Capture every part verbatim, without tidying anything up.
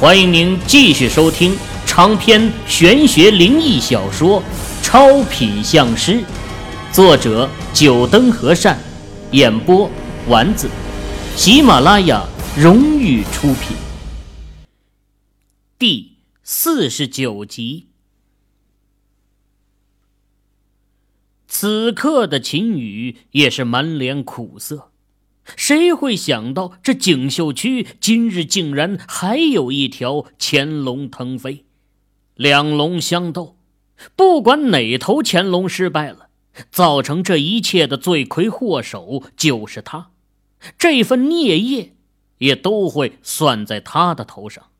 欢迎您继续收听长篇玄学灵异小说《超品相师》，作者九灯和善，演播丸子，喜马拉雅荣誉出品。第四十九集。此刻的秦羽也是满脸苦涩，谁会想到这锦绣区今日竟然还有一条潜龙腾飞？两龙相斗，不管哪头潜龙失败了，造成这一切的罪魁祸首就是他，这份孽业也都会算在他的头上。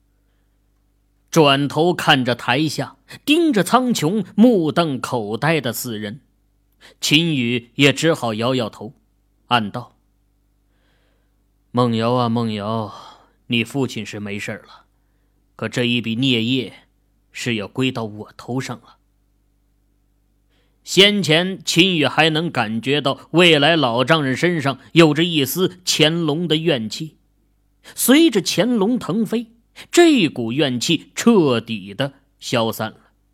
转头看着台下盯着苍穹目瞪口呆的四人，秦羽也只好摇摇头，暗道：梦瑶啊梦瑶，你父亲是没事了，可这一笔孽业是要归到我头上了。先前秦羽还能感觉到未来老丈人身上有着一丝乾隆的怨气，随着乾隆腾飞，这股怨气彻底的消散了。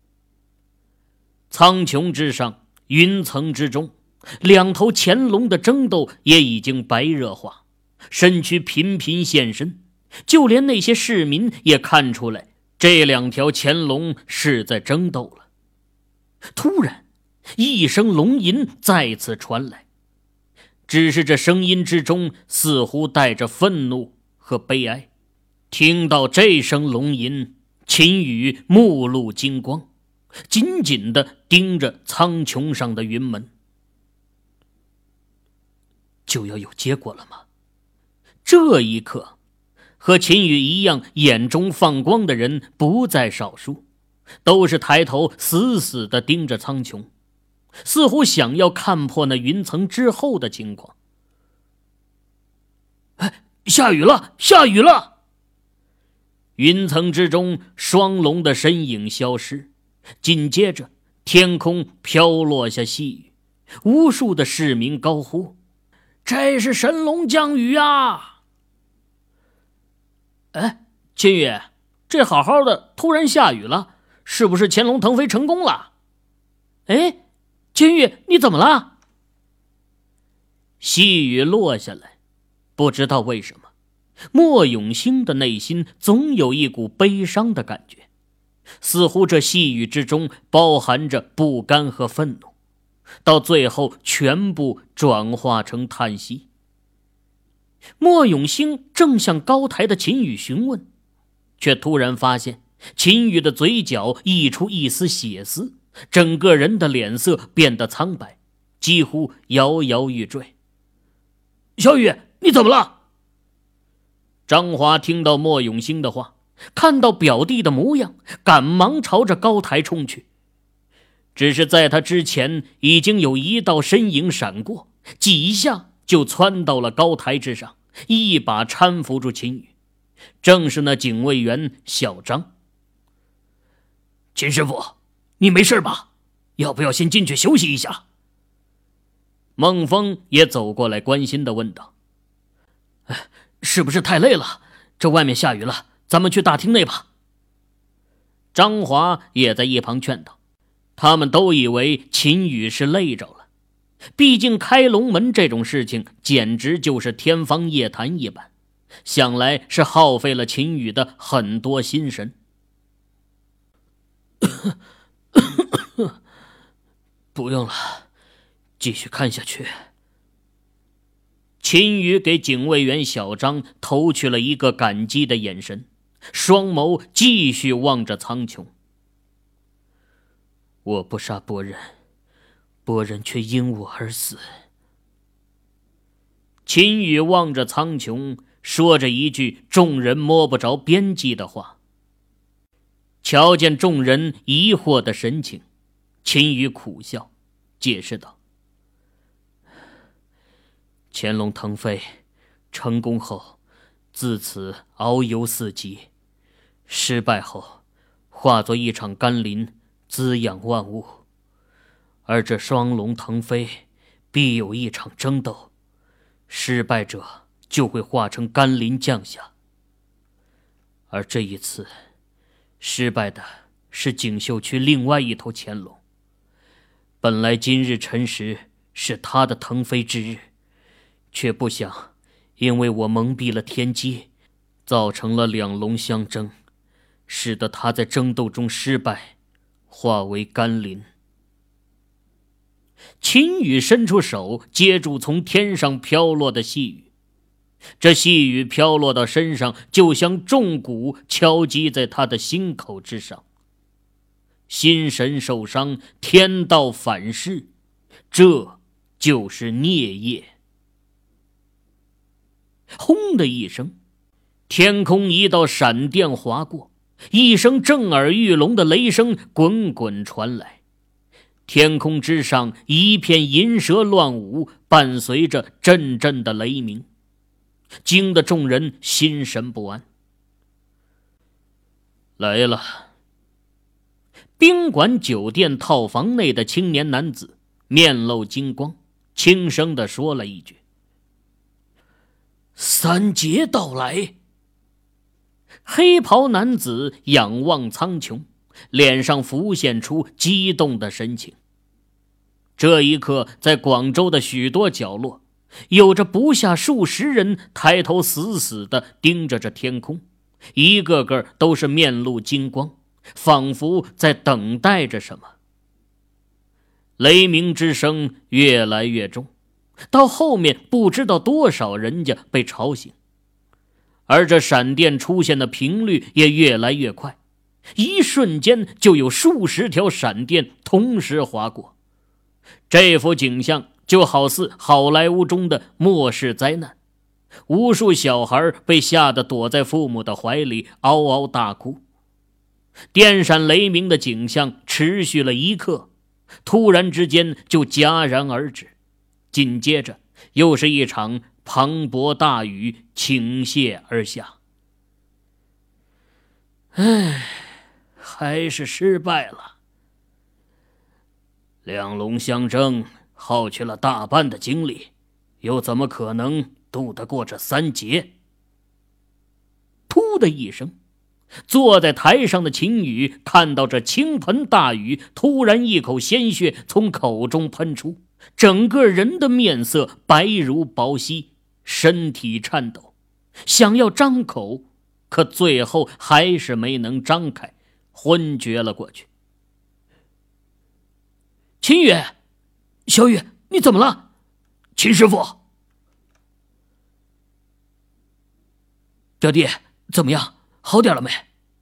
苍穹之上，云层之中，两头乾隆的争斗也已经白热化，身躯频频现身，就连那些市民也看出来这两条乾隆是在争斗了。突然一声龙吟再次传来，只是这声音之中似乎带着愤怒和悲哀。听到这声龙吟，秦羽目露金光，紧紧地盯着苍穹上的云门。就要有结果了吗？这一刻，和秦羽一样眼中放光的人不在少数，都是抬头死死地盯着苍穹，似乎想要看破那云层之后的情况。哎，下雨了，下雨了！云层之中，双龙的身影消失，紧接着天空飘落下细雨，无数的市民高呼：这是神龙降雨啊！哎，秦羽，这好好的突然下雨了，是不是乾隆腾飞成功了？哎，秦羽，你怎么了？细雨落下来，不知道为什么莫永兴的内心总有一股悲伤的感觉，似乎这细雨之中包含着不甘和愤怒，到最后全部转化成叹息。莫永兴正向高台的秦羽询问，却突然发现秦羽的嘴角溢出一丝血丝，整个人的脸色变得苍白，几乎摇摇欲坠。小雨，你怎么了？张华听到莫永兴的话，看到表弟的模样，赶忙朝着高台冲去。只是在他之前，已经有一道身影闪过，几下就窜到了高台之上，一把搀扶住秦羽，正是那警卫员小张。秦师傅，你没事吧？要不要先进去休息一下？孟峰也走过来关心地问道。哎，是不是太累了？这外面下雨了，咱们去大厅内吧。张华也在一旁劝道，他们都以为秦羽是累着了，毕竟开龙门这种事情简直就是天方夜谭一般，想来是耗费了秦羽的很多心神。不用了，继续看下去。秦羽给警卫员小张投去了一个感激的眼神，双眸继续望着苍穹。我不杀波人，波人却因我而死。秦羽望着苍穹，说着一句众人摸不着边际的话。瞧见众人疑惑的神情，秦羽苦笑，解释道：乾隆腾飞成功后，自此遨游四极，失败后化作一场甘霖，滋养万物。而这双龙腾飞，必有一场争斗，失败者就会化成甘霖降下。 而这一次失败的是锦绣区另外一头潜龙。本来今日辰时是他的腾飞之日，却不想因为我蒙蔽了天机，造成了两龙相争，使得他在争斗中失败，化为甘霖。秦羽伸出手接住从天上飘落的细雨，这细雨飘落到身上，就像重鼓敲击在他的心口之上。心神受伤，天道反噬，这就是孽业。轰的一声，天空一道闪电划过，一声震耳欲聋的雷声滚滚传来。天空之上一片银蛇乱舞，伴随着阵阵的雷鸣，惊得众人心神不安。来了。宾馆酒店套房内的青年男子面露金光，轻声地说了一句：三劫到来。黑袍男子仰望苍穹，脸上浮现出激动的神情。这一刻，在广州的许多角落，有着不下数十人抬头死死地盯着这天空，一个个都是面露金光，仿佛在等待着什么。雷鸣之声越来越重，到后面不知道多少人家被吵醒，而这闪电出现的频率也越来越快，一瞬间就有数十条闪电同时划过。这幅景象就好似好莱坞中的末世灾难，无数小孩被吓得躲在父母的怀里嗷嗷大哭。电闪雷鸣的景象持续了一刻，突然之间就戛然而止，紧接着又是一场磅礴大雨倾泻而下。唉，还是失败了。两龙相争，耗去了大半的精力，又怎么可能渡得过这三劫？噗的一声，坐在台上的秦羽看到这倾盆大雨，突然一口鲜血从口中喷出，整个人的面色白如薄皙，身体颤抖，想要张口，可最后还是没能张开，昏厥了过去。秦羽，小雨，你怎么了？秦师傅，表弟怎么样？好点了没？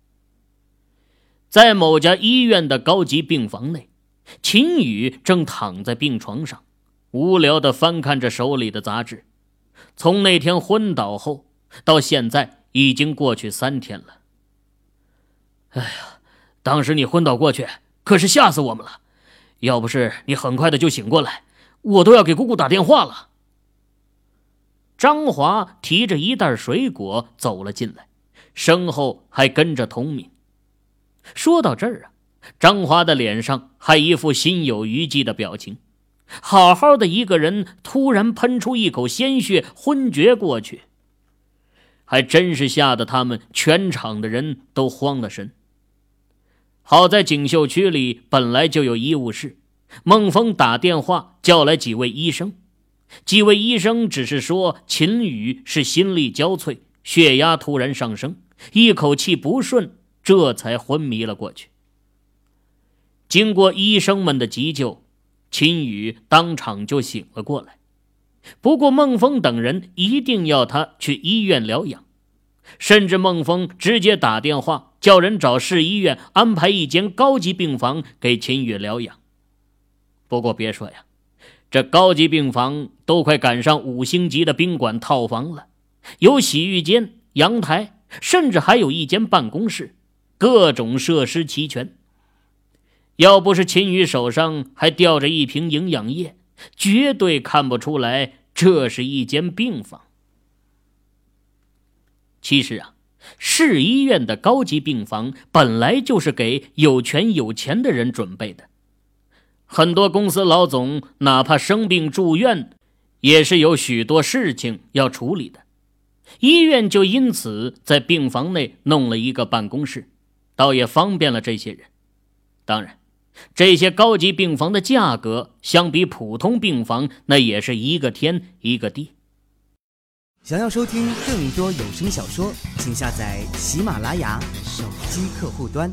在某家医院的高级病房内，秦羽正躺在病床上，无聊地翻看着手里的杂志。从那天昏倒后到现在已经过去三天了。哎呀，当时你昏倒过去可是吓死我们了，要不是你很快的就醒过来，我都要给姑姑打电话了。张华提着一袋水果走了进来，身后还跟着童敏。说到这儿啊，张华的脸上还一副心有余悸的表情，好好的一个人突然喷出一口鲜血，昏厥过去，还真是吓得他们全场的人都慌了神。好在锦绣区里本来就有医务室，孟峰打电话叫来几位医生，几位医生只是说秦羽是心力交瘁，血压突然上升，一口气不顺，这才昏迷了过去。经过医生们的急救，秦羽当场就醒了过来。不过孟峰等人一定要他去医院疗养，甚至孟峰直接打电话叫人找市医院安排一间高级病房给秦羽疗养。不过别说呀，这高级病房都快赶上五星级的宾馆套房了，有洗浴间、阳台，甚至还有一间办公室，各种设施齐全。要不是秦羽手上还吊着一瓶营养液，绝对看不出来这是一间病房。其实啊，市医院的高级病房本来就是给有权有钱的人准备的，很多公司老总哪怕生病住院，也是有许多事情要处理的。 医院就因此在病房内弄了一个办公室，倒也方便了这些人。当然，这些高级病房的价格相比普通病房那也是一个天一个地。 想要收听更多有声小说，请下载喜马拉雅手机客户端。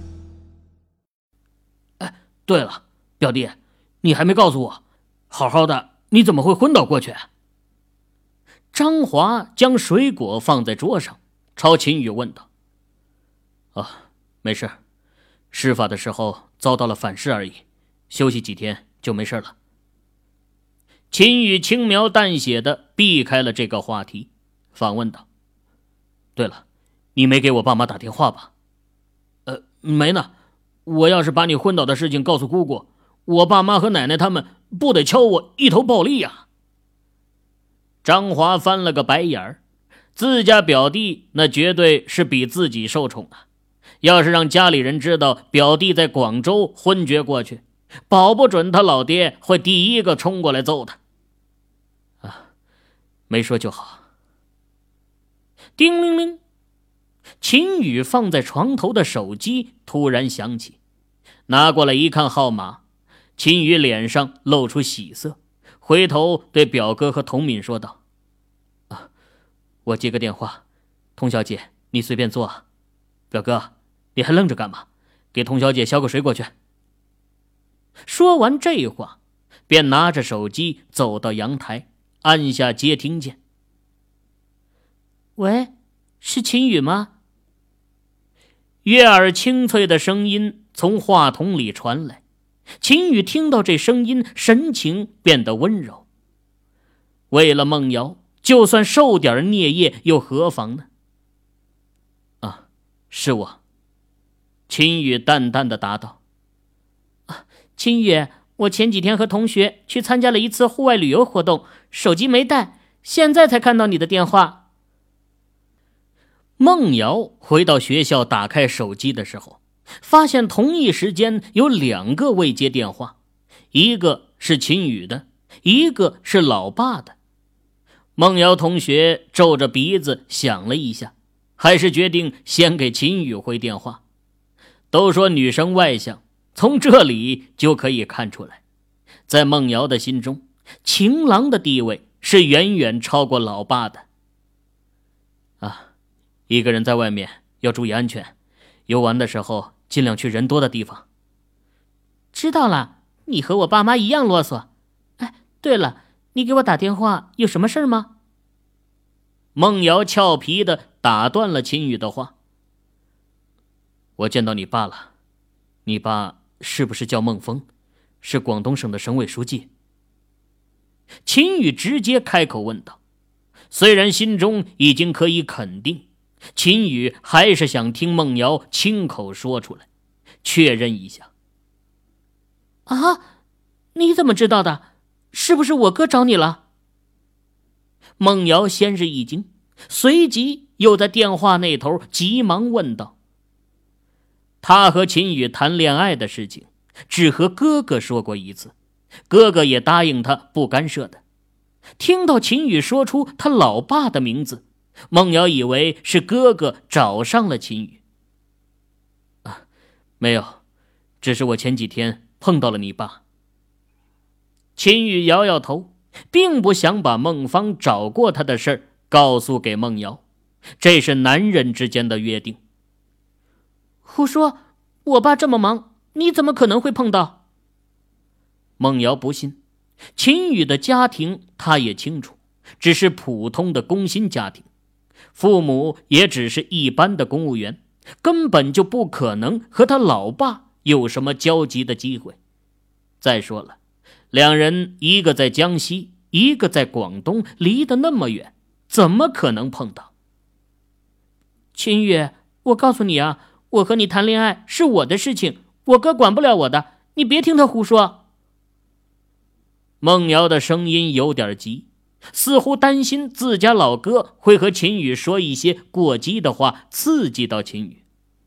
哎，对了，表弟，你还没告诉我，好好的你怎么会昏倒过去？张华将水果放在桌上，朝秦宇问道：啊，没事，施法的时候遭到了反噬而已，休息几天就没事了。秦宇轻描淡写地避开了这个话题，反问道：对了，你没给我爸妈打电话吧？呃，没呢，我要是把你昏倒的事情告诉姑姑，我爸妈和奶奶他们不得敲我一头暴力呀！张华翻了个白眼儿，自家表弟那绝对是比自己受宠啊，要是让家里人知道表弟在广州昏厥过去，保不准他老爹会第一个冲过来揍他。啊，没说就好。叮铃铃，秦宇放在床头的手机突然响起，拿过来一看号码，秦宇脸上露出喜色，回头对表哥和童敏说道：啊，我接个电话，童小姐你随便坐啊。表哥，你还愣着干嘛？给童小姐削个水果去。说完这话，便拿着手机走到阳台，按下接听键。喂，是秦宇吗？悦耳清脆的声音从话筒里传来，秦宇听到这声音，神情变得温柔。为了梦瑶，就算受点孽业又何妨呢？啊，是我。秦宇淡淡的答道。啊，秦宇，我前几天和同学去参加了一次户外旅游活动，手机没带，现在才看到你的电话。孟瑶回到学校，打开手机的时候，发现同一时间有两个未接电话，一个是秦宇的，一个是老爸的。孟瑶同学皱着鼻子想了一下，还是决定先给秦宇回电话。都说女生外向，从这里就可以看出来，在孟瑶的心中，情郎的地位是远远超过老爸的。啊，一个人在外面要注意安全，游玩的时候尽量去人多的地方。知道了，你和我爸妈一样啰嗦。哎，对了，你给我打电话有什么事吗？孟瑶俏皮地打断了秦宇的话。我见到你爸了，你爸是不是叫孟峰，是广东省的省委书记？秦宇直接开口问道，虽然心中已经可以肯定，秦宇还是想听孟瑶亲口说出来，确认一下。啊，你怎么知道的？是不是我哥找你了？孟瑶先是一惊，随即又在电话那头急忙问道。他和秦宇谈恋爱的事情，只和哥哥说过一次，哥哥也答应他不干涉的。听到秦宇说出他老爸的名字，孟瑶以为是哥哥找上了秦宇。啊，没有，只是我前几天碰到了你爸。秦宇摇摇头，并不想把孟芳找过他的事儿告诉给孟瑶，这是男人之间的约定。胡说，我爸这么忙，你怎么可能会碰到？孟瑶不信，秦宇的家庭他也清楚，只是普通的工薪家庭，父母也只是一般的公务员，根本就不可能和他老爸有什么交集的机会。再说了，两人一个在江西，一个在广东，离得那么远，怎么可能碰到？秦宇，我告诉你啊，我和你谈恋爱是我的事情，我哥管不了我的，你别听他胡说。孟瑶的声音有点急，似乎担心自家老哥会和秦宇说一些过激的话，刺激到秦宇。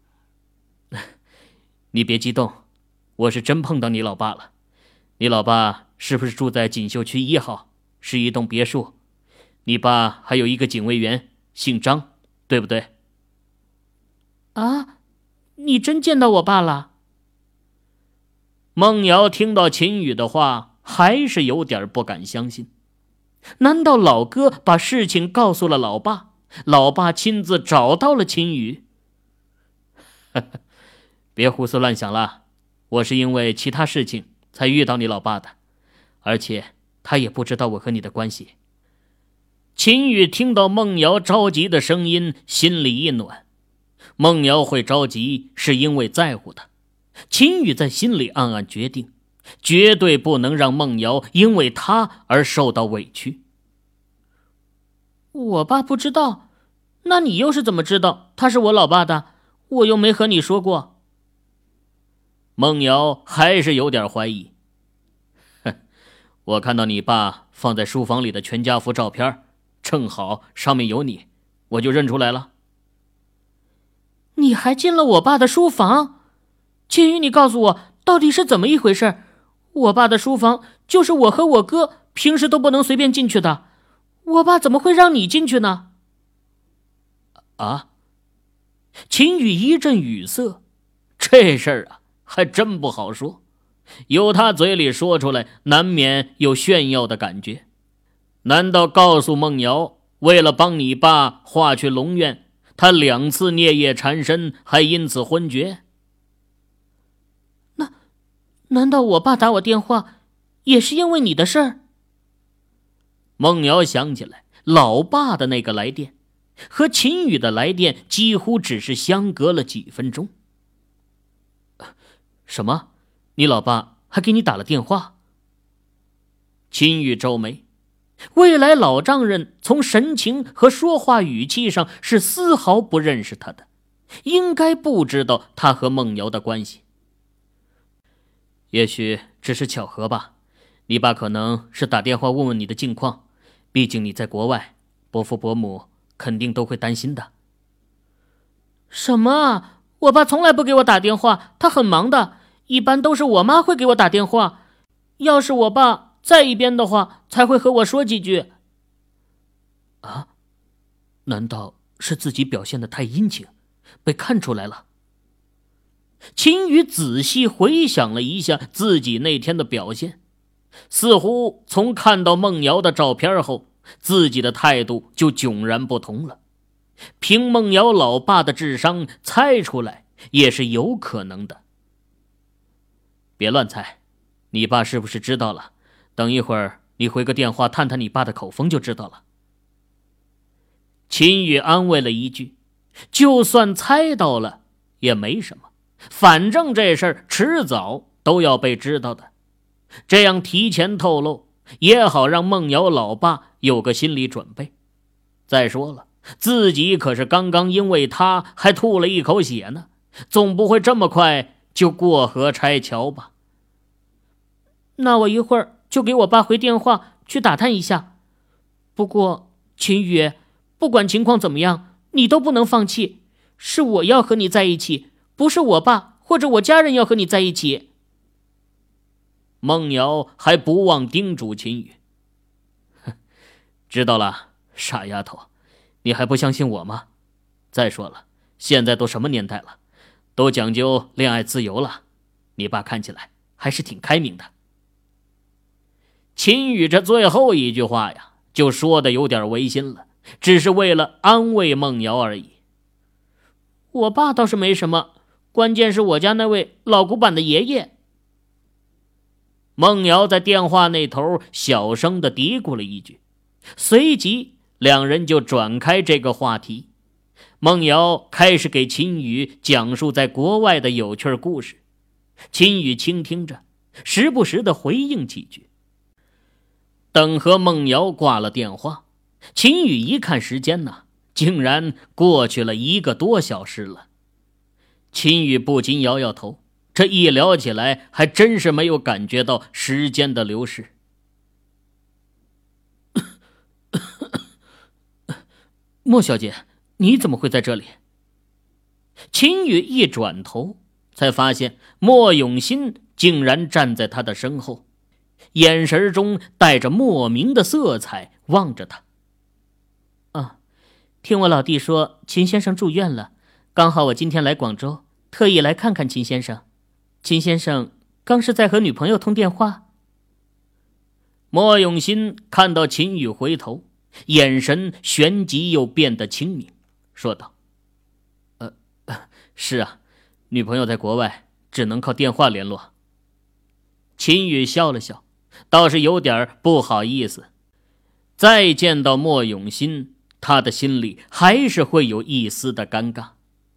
你别激动，我是真碰到你老爸了。你老爸是不是住在锦绣区一号，是一栋别墅？你爸还有一个警卫员， 姓张，对不对？ 啊，你真见到我爸了？ 孟瑶听到秦宇的话，还是有点不敢相信。难道老哥把事情告诉了老爸，老爸亲自找到了秦宇？别胡思乱想了，我是因为其他事情才遇到你老爸的，而且他也不知道我和你的关系。秦宇听到孟瑶着急的声音，心里一暖。孟瑶会着急是因为在乎他。秦宇在心里暗暗决定，绝对不能让孟瑶因为他而受到委屈。 我爸不知道？那你又是怎么知道他是我老爸的？我又没和你说过。 孟瑶还是有点怀疑。哼，我看到你爸放在书房里的全家福照片，正好上面有你，我就认出来了。 你还进了我爸的书房？秦宇，你告诉我到底是怎么一回事？我爸的书房就是我和我哥平时都不能随便进去的，我爸怎么会让你进去呢？ 啊？秦宇一阵语塞，这事儿啊还真不好说，由他嘴里说出来，难免有炫耀的感觉。难道告诉孟瑶，为了帮你爸化去龙愿，他两次孽液缠身，还因此昏厥？ 那难道我爸打我电话也是因为你的事儿？ 孟瑶想起来老爸的那个来电，和秦宇的来电几乎只是相隔了几分钟。什么？你老爸还给你打了电话？秦宇皱眉，未来老丈人从神情和说话语气上是丝毫不认识他的，应该不知道他和孟瑶的关系。也许只是巧合吧，你爸可能是打电话问问你的近况，毕竟你在国外，伯父伯母肯定都会担心的。 什么啊？我爸从来不给我打电话，他很忙的，一般都是我妈会给我打电话，要是我爸在一边的话，才会和我说几句。 啊？难道是自己表现得太殷勤，被看出来了？秦宇仔细回想了一下自己那天的表现，似乎从看到孟瑶的照片后，自己的态度就迥然不同了。凭孟瑶老爸的智商，猜出来也是有可能的。别乱猜，你爸是不是知道了？等一会儿你回个电话探探你爸的口风就知道了。秦宇安慰了一句，就算猜到了也没什么，反正这事儿迟早都要被知道的，这样提前透露也好让孟瑶老爸有个心理准备。再说了，自己可是刚刚因为他还吐了一口血呢，总不会这么快就过河拆桥吧。 那我一会儿就给我爸回电话去打探一下。不过秦宇，不管情况怎么样，你都不能放弃，是我要和你在一起，不是我爸或者我家人要和你在一起。 孟瑶还不忘叮嘱秦宇。知道了，傻丫头，你还不相信我吗？再说了，现在都什么年代了，都讲究恋爱自由了，你爸看起来还是挺开明的。秦宇这最后一句话呀，就说的有点违心了，只是为了安慰孟瑶而已。 我爸倒是没什么，关键是我家那位老古板的爷爷。 孟瑶在电话那头小声地嘀咕了一句，随即两人就转开这个话题。孟瑶开始给秦宇讲述在国外的有趣故事，秦宇倾听着，时不时地回应几句。等和孟瑶挂了电话，秦宇一看时间呢，竟然过去了一个多小时了。秦宇不禁摇摇头，这一聊起来还真是没有感觉到时间的流逝。莫小姐，你怎么会在这里？秦宇一转头，才发现莫永新竟然站在他的身后，眼神中带着莫名的色彩望着他。啊， 听我老弟说秦先生住院了，刚好我今天来广州，特意来看看秦先生。秦先生刚是在和女朋友通电话。 莫永新看到秦宇回头，眼神旋即又变得清明，说道：呃是啊，女朋友在国外，只能靠电话联络。秦宇笑了笑，倒是有点不好意思。再见到莫永新，他的心里还是会有一丝的尴尬。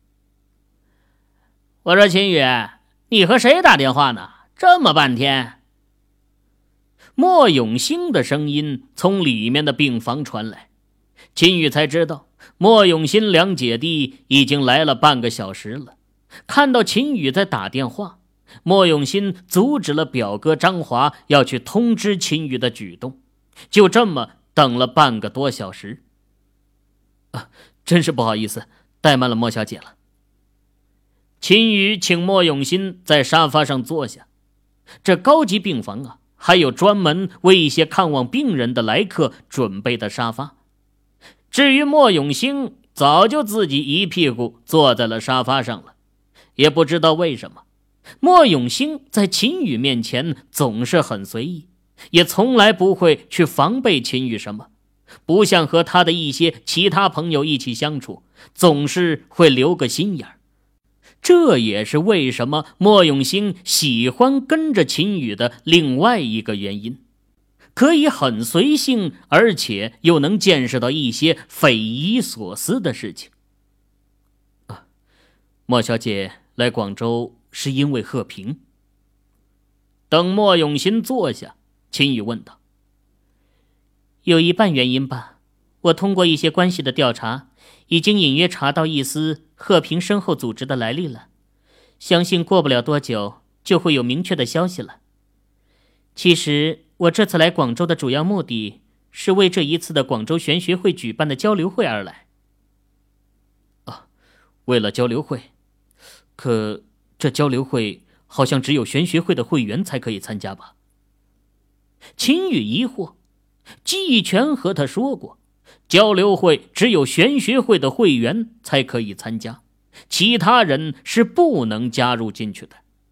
我说秦宇，你和谁打电话呢？这么半天。莫永兴的声音从里面的病房传来，秦宇才知道莫永新两姐弟已经来了半个小时了。看到秦宇在打电话，莫永新阻止了表哥张华要去通知秦宇的举动，就这么等了半个多小时。啊，真是不好意思，怠慢了莫小姐了。秦宇请莫永新在沙发上坐下，这高级病房啊，还有专门为一些看望病人的来客准备的沙发。至于莫永兴，早就自己一屁股坐在了沙发上了。也不知道为什么，莫永兴在秦宇面前总是很随意，也从来不会去防备秦宇什么，不像和他的一些其他朋友一起相处，总是会留个心眼儿。这也是为什么莫永兴喜欢跟着秦宇的另外一个原因，可以很随性，而且又能见识到一些匪夷所思的事情。啊，莫小姐来广州是因为贺平。等莫永新坐下，秦宇问道： 有一半原因吧，我通过一些关系的调查，已经隐约查到一丝贺平身后组织的来历了，相信过不了多久就会有明确的消息了。其实我这次来广州的主要目的是为这一次的广州玄学会举办的交流会而来。 啊，为了交流会？可这交流会好像只有玄学会的会员才可以参加吧？ 秦宇疑惑，季全和他说过，交流会只有玄学会的会员才可以参加，其他人是不能加入进去的。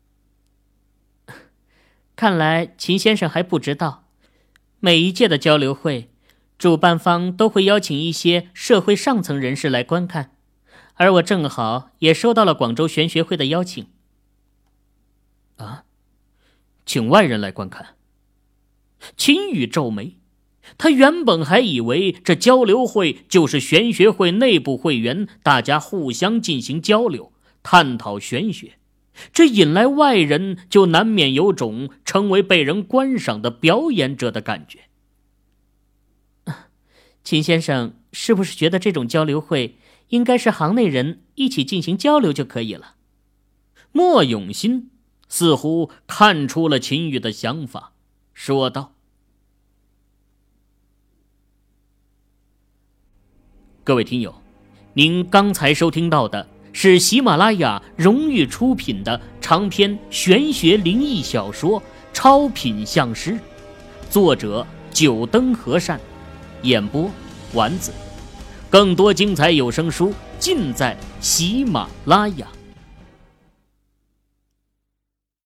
看来秦先生还不知道，每一届的交流会，主办方都会邀请一些社会上层人士来观看，而我正好也收到了广州玄学会的邀请。 啊，请外人来观看？秦宇皱眉，他原本还以为这交流会就是玄学会内部会员大家互相进行交流，探讨玄学，这引来外人就难免有种成为被人观赏的表演者的感觉。 秦先生是不是觉得这种交流会应该是行内人一起进行交流就可以了？ 莫永新似乎看出了秦宇的想法，说道：各位听友，您刚才收听到的是喜马拉雅荣誉出品的长篇玄学灵异小说《超品相师》，作者九灯和善，演播丸子。更多精彩有声书尽在喜马拉雅。